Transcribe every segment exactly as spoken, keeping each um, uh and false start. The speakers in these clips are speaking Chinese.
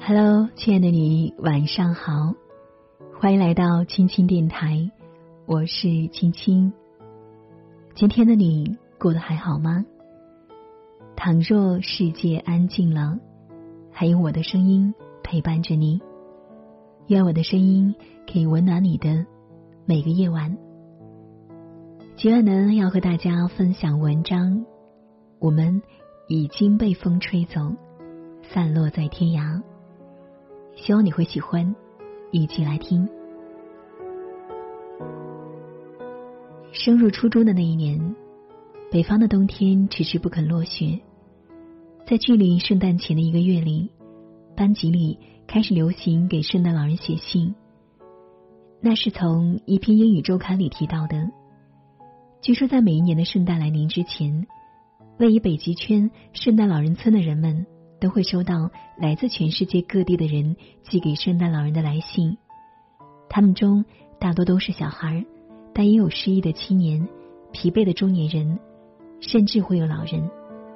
Hello， 亲爱的你，晚上好，欢迎来到青青电台，我是青青。今天的你过得还好吗？倘若世界安静了，还有我的声音陪伴着你，愿我的声音可以温暖你的每个夜晚。今晚呢，要和大家分享文章，我们已经被风吹走，散落在天涯。希望你会喜欢，一起来听。升入初中的那一年，北方的冬天迟迟不肯落雪。在距离圣诞前的一个月里，班级里开始流行给圣诞老人写信。那是从一篇英语周刊里提到的。据说在每一年的圣诞来临之前，位于北极圈圣诞老人村的人们都会收到来自全世界各地的人寄给圣诞老人的来信。他们中大多都是小孩，但也有失意的青年、疲惫的中年人，甚至会有老人。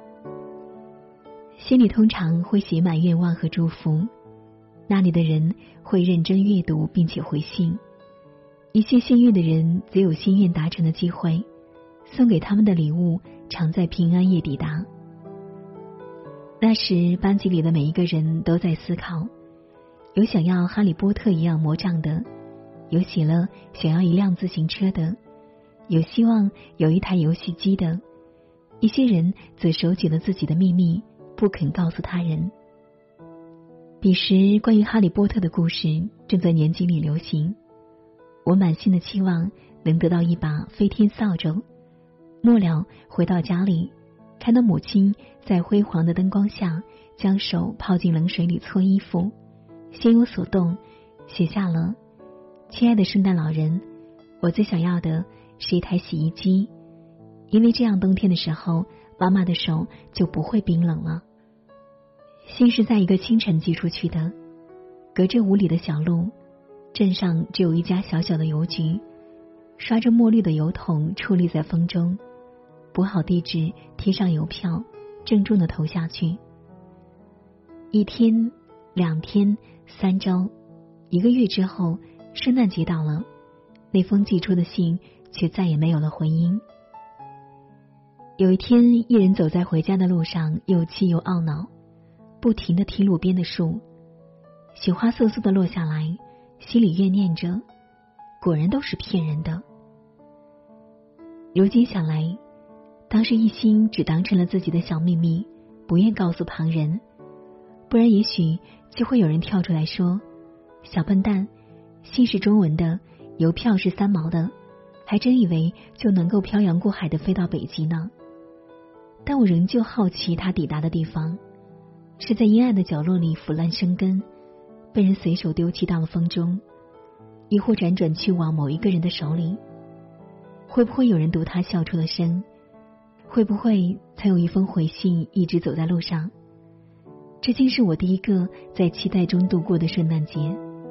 信里通常会写满愿望和祝福，那里的人会认真阅读并且回信。一些幸运的人则有心愿达成的机会，送给他们的礼物常在平安夜抵达。那时班级里的每一个人都在思考，有想要哈利波特一样魔杖的，有写了想要一辆自行车的，有希望有一台游戏机的，一些人则守起了自己的秘密，不肯告诉他人。彼时关于哈利波特的故事正在年级里流行，我满心的期望能得到一把飞天扫帚，末了回到家里，看到母亲在辉煌的灯光下将手泡进冷水里搓衣服，心有所动，写下了：亲爱的圣诞老人，我最想要的是一台洗衣机，因为这样冬天的时候妈妈的手就不会冰冷了。信是在一个清晨寄出去的，隔着五里的小路，镇上只有一家小小的邮局，刷着墨绿的邮筒矗立在风中，补好地址，贴上邮票，郑重地投下去。一天，两天，三周，一个月之后，圣诞节到了，那封寄出的信却再也没有了回音。有一天，一人走在回家的路上，又气又懊恼，不停地踢路边的树，雪花簌簌地落下来，心里怨念着，果然都是骗人的。如今想来，当时一心只当成了自己的小秘密，不愿告诉旁人，不然也许就会有人跳出来说：小笨蛋，信是中文的，邮票是三毛的，还真以为就能够漂洋过海的飞到北极呢。但我仍旧好奇它抵达的地方，是在阴暗的角落里腐烂生根，被人随手丢弃到了风中，亦或辗转去往某一个人的手里。会不会有人读它笑出了声？会不会曾有一封回信一直走在路上？这竟是我第一个在期待中度过的圣诞节。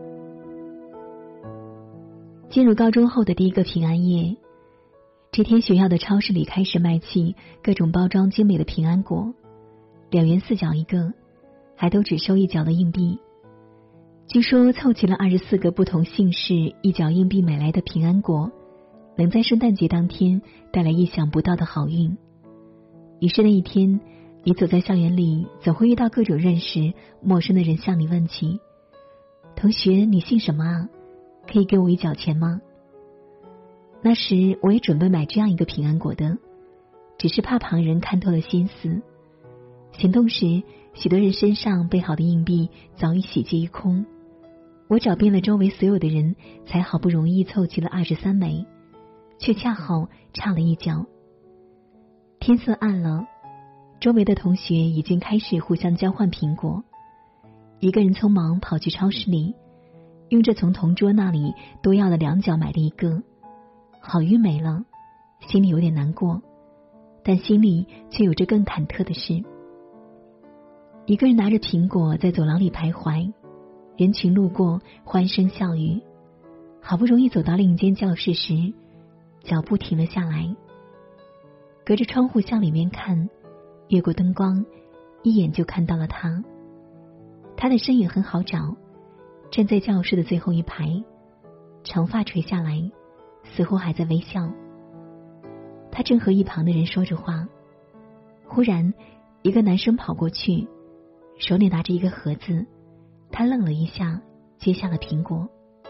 进入高中后的第一个平安夜，这天学校的超市里开始卖起各种包装精美的平安果，两元四角一个，还都只收一角的硬币。据说凑齐了二十四个不同姓氏一角硬币买来的平安果，能在圣诞节当天带来意想不到的好运。于是那一天，你走在校园里，总会遇到各种认识陌生的人向你问起：同学，你姓什么啊？可以给我一角钱吗？那时我也准备买这样一个平安果的，只是怕旁人看透了心思。行动时，许多人身上备好的硬币早已洗劫一空，我找遍了周围所有的人，才好不容易凑齐了二十三枚，却恰好差了一角。天色暗了，周围的同学已经开始互相交换苹果。一个人匆忙跑去超市里，用着从同桌那里多要了两角买了一个。好运没了，心里有点难过，但心里却有着更忐忑的事。一个人拿着苹果在走廊里徘徊，人群路过，欢声笑语。好不容易走到另一间教室时，脚步停了下来。隔着窗户向里面看，越过灯光，一眼就看到了他。 他的身影很好找，站在教室的最后一排，长发垂下来，似乎还在微笑。他正和一旁的人说着话，忽然一个男生跑过去，手里拿着一个盒子，他愣了一下，接下了苹果。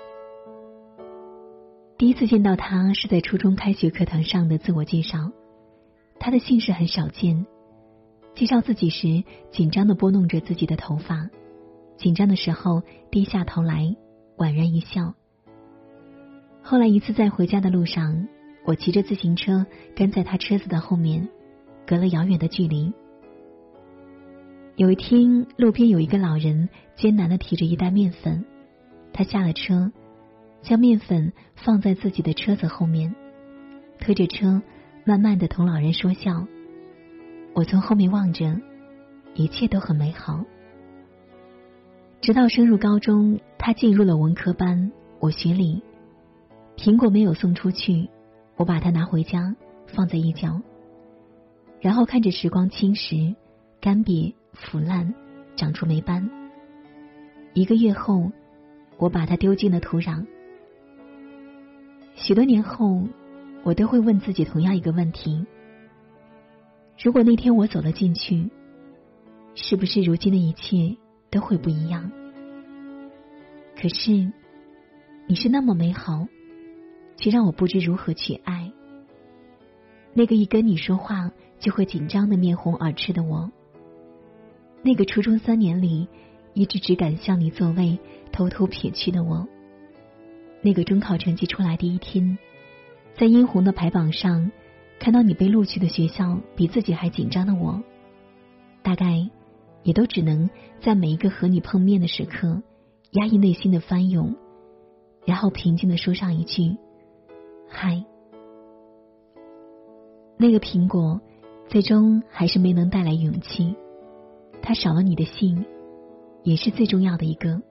第一次见到他是在初中开学课堂上的自我介绍，他的姓氏很少见，介绍自己时紧张地拨弄着自己的头发，紧张的时候低下头来，宛然一笑。后来一次在回家的路上，我骑着自行车跟在他车子的后面，隔了遥远的距离。有一天，路边有一个老人艰难地提着一袋面粉，他下了车，将面粉放在自己的车子后面，推着车慢慢地同老人说笑。我从后面望着，一切都很美好。直到升入高中，他进入了文科班，我学理。苹果没有送出去，我把它拿回家放在一角，然后看着时光侵蚀、干瘪、腐烂，长出霉斑。一个月后，我把它丢进了土壤。许多年后，我都会问自己同样一个问题：如果那天我走了进去，是不是如今的一切都会不一样？可是你是那么美好，却让我不知如何去爱。那个一跟你说话就会紧张的面红耳赤的我，那个初中三年里一直只敢向你座位偷偷瞥去的我，那个中考成绩出来第一天，在殷红的排榜上看到你被录取的学校比自己还紧张的我，大概也都只能在每一个和你碰面的时刻压抑内心的翻涌，然后平静地说上一句嗨。那个苹果最终还是没能带来勇气，它少了你的信，也是最重要的一个。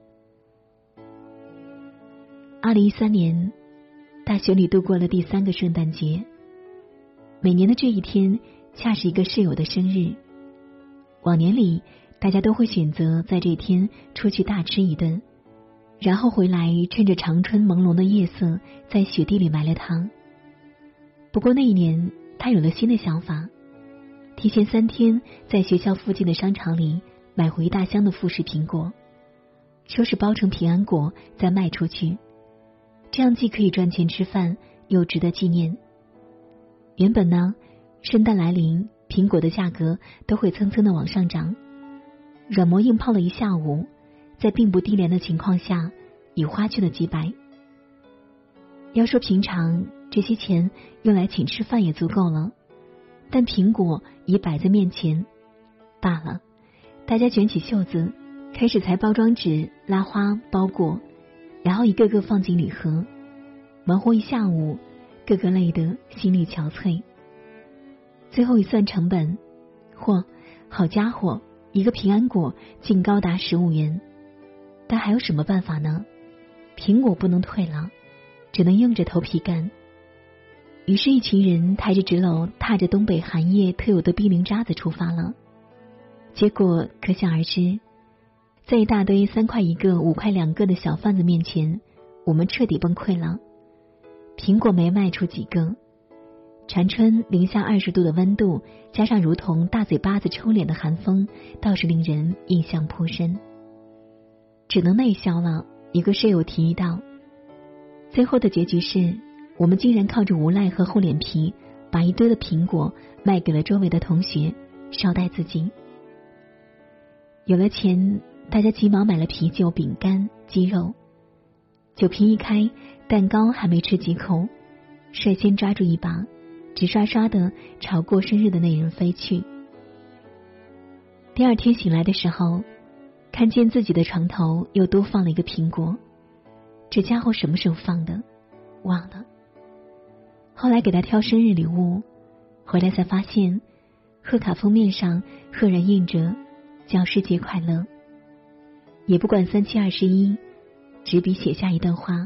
二零一三年，大学里度过了第三个圣诞节。每年的这一天恰是一个室友的生日，往年里大家都会选择在这天出去大吃一顿，然后回来趁着长春朦胧的夜色在雪地里埋了他。不过那一年他有了新的想法，提前三天在学校附近的商场里买回一大箱的富士苹果，说是包成平安果再卖出去，这样既可以赚钱吃饭，又值得纪念。原本呢，圣诞来临，苹果的价格都会蹭蹭的往上涨。软磨硬泡了一下午，在并不低廉的情况下，已花去了几百。要说平常这些钱用来请吃饭也足够了，但苹果已摆在面前，罢了。大家卷起袖子，开始裁包装纸、拉花、包裹，然后一个个放进礼盒。忙活一下午，个个累得心力憔悴。最后一算成本，嚯，好家伙，一个平安果竟高达十五元。但还有什么办法呢？苹果不能退了，只能硬着头皮干。于是一群人抬着纸篓，踏着东北寒夜特有的冰凌渣子出发了。结果可想而知，在一大堆三块一个、五块两个的小贩子面前，我们彻底崩溃了。苹果没卖出几个，长春零下二十度的温度，加上如同大嘴巴子抽脸的寒风，倒是令人印象颇深。只能内销了。一个舍友提议到，最后的结局是我们竟然靠着无赖和厚脸皮，把一堆的苹果卖给了周围的同学，捎带自己。有了钱，大家急忙买了啤酒、饼干、鸡肉。酒瓶一开，蛋糕还没吃几口，率先抓住一把，直刷刷的朝过生日的那人飞去。第二天醒来的时候，看见自己的床头又多放了一个苹果，这家伙什么时候放的？忘了。后来给他挑生日礼物，回来才发现贺卡封面上赫然印着教师节快乐，也不管三七二十一，执笔写下一段话。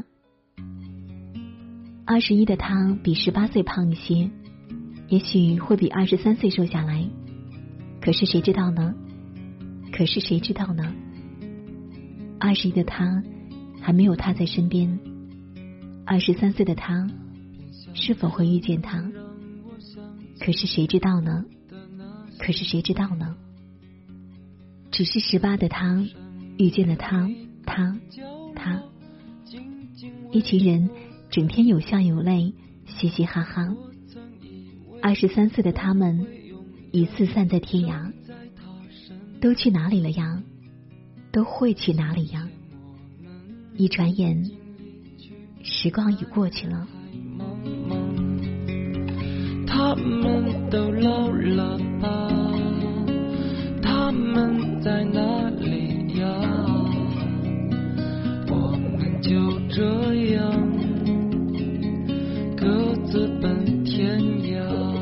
二十一的他比十八岁胖一些，也许会比二十三岁瘦下来，可是谁知道呢？可是谁知道呢？ 二十一的他还没有他在身边，二十三岁的他是否会遇见他？可是谁知道呢？可是谁知道呢？只是十八的他遇见了他，他，他，一群人整天有笑有泪，嘻嘻哈哈。二十三岁的他们已四散在天涯，都去哪里了呀？都会去哪里呀？一转眼，时光已过去了。 他们都老了吧？他们在哪里呀？我们就这样各自奔天涯。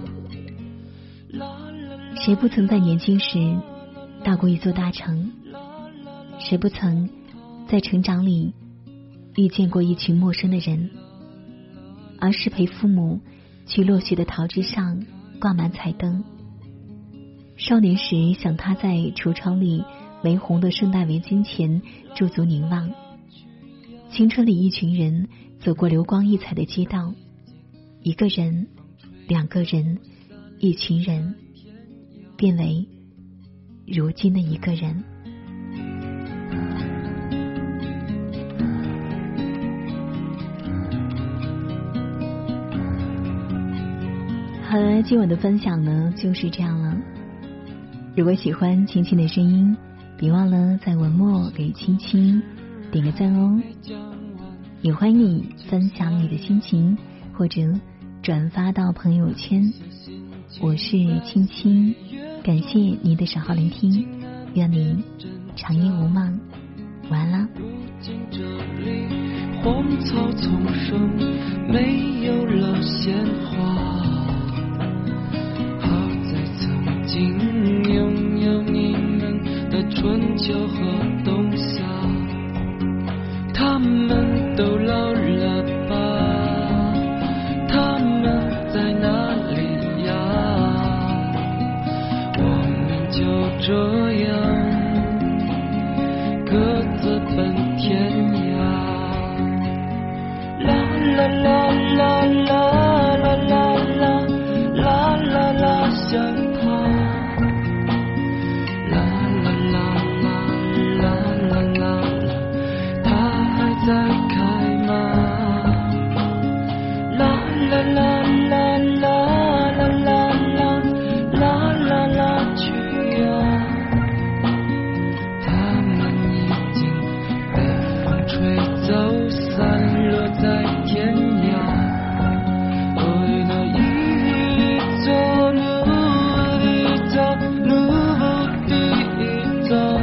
谁不曾在年轻时到过一座大城？谁不曾在成长里遇见过一群陌生的人？而是陪父母去落雪的桃枝上挂满彩灯。少年时想他在橱窗里玫红的圣诞围巾前驻足凝望。青春里一群人走过流光溢彩的街道，一个人，两个人，一群人，变为如今的一个人。好了，今晚的分享呢就是这样了。如果喜欢青青的声音，别忘了在文末给青青点个赞哦。也欢迎你分享你的心情，或者转发到朋友圈。我是青青，感谢你的守候聆听，愿你长夜无梦，晚安啦。 荒草丛生，没有了鲜花。好在曾经拥有你们的春秋和冬夏。他们都老了吧？他们在哪里呀？我们就这样各自奔天涯。啦啦啦啦啦啦啦啦啦啦啦，想他。啦啦啦啦啦啦啦，他还在开吗？啦啦啦啦啦啦啦啦啦啦啦去呀！他们已经被风吹走，散落在天涯。为那一座努力的努力的。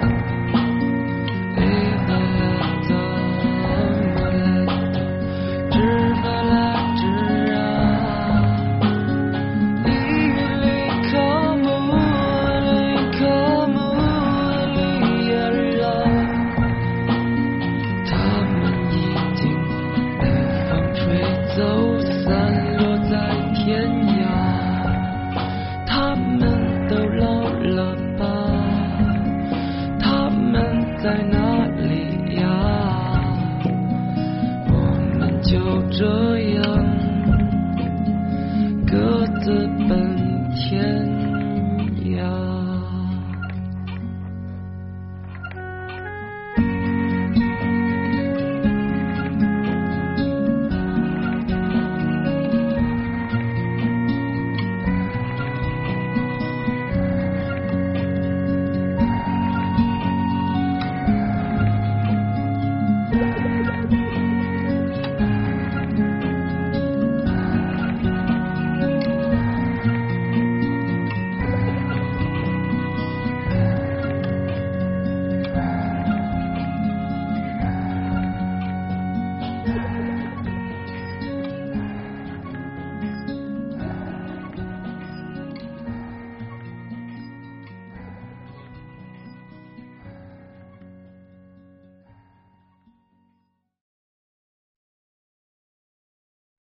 在哪里呀？我们就这样各自奔天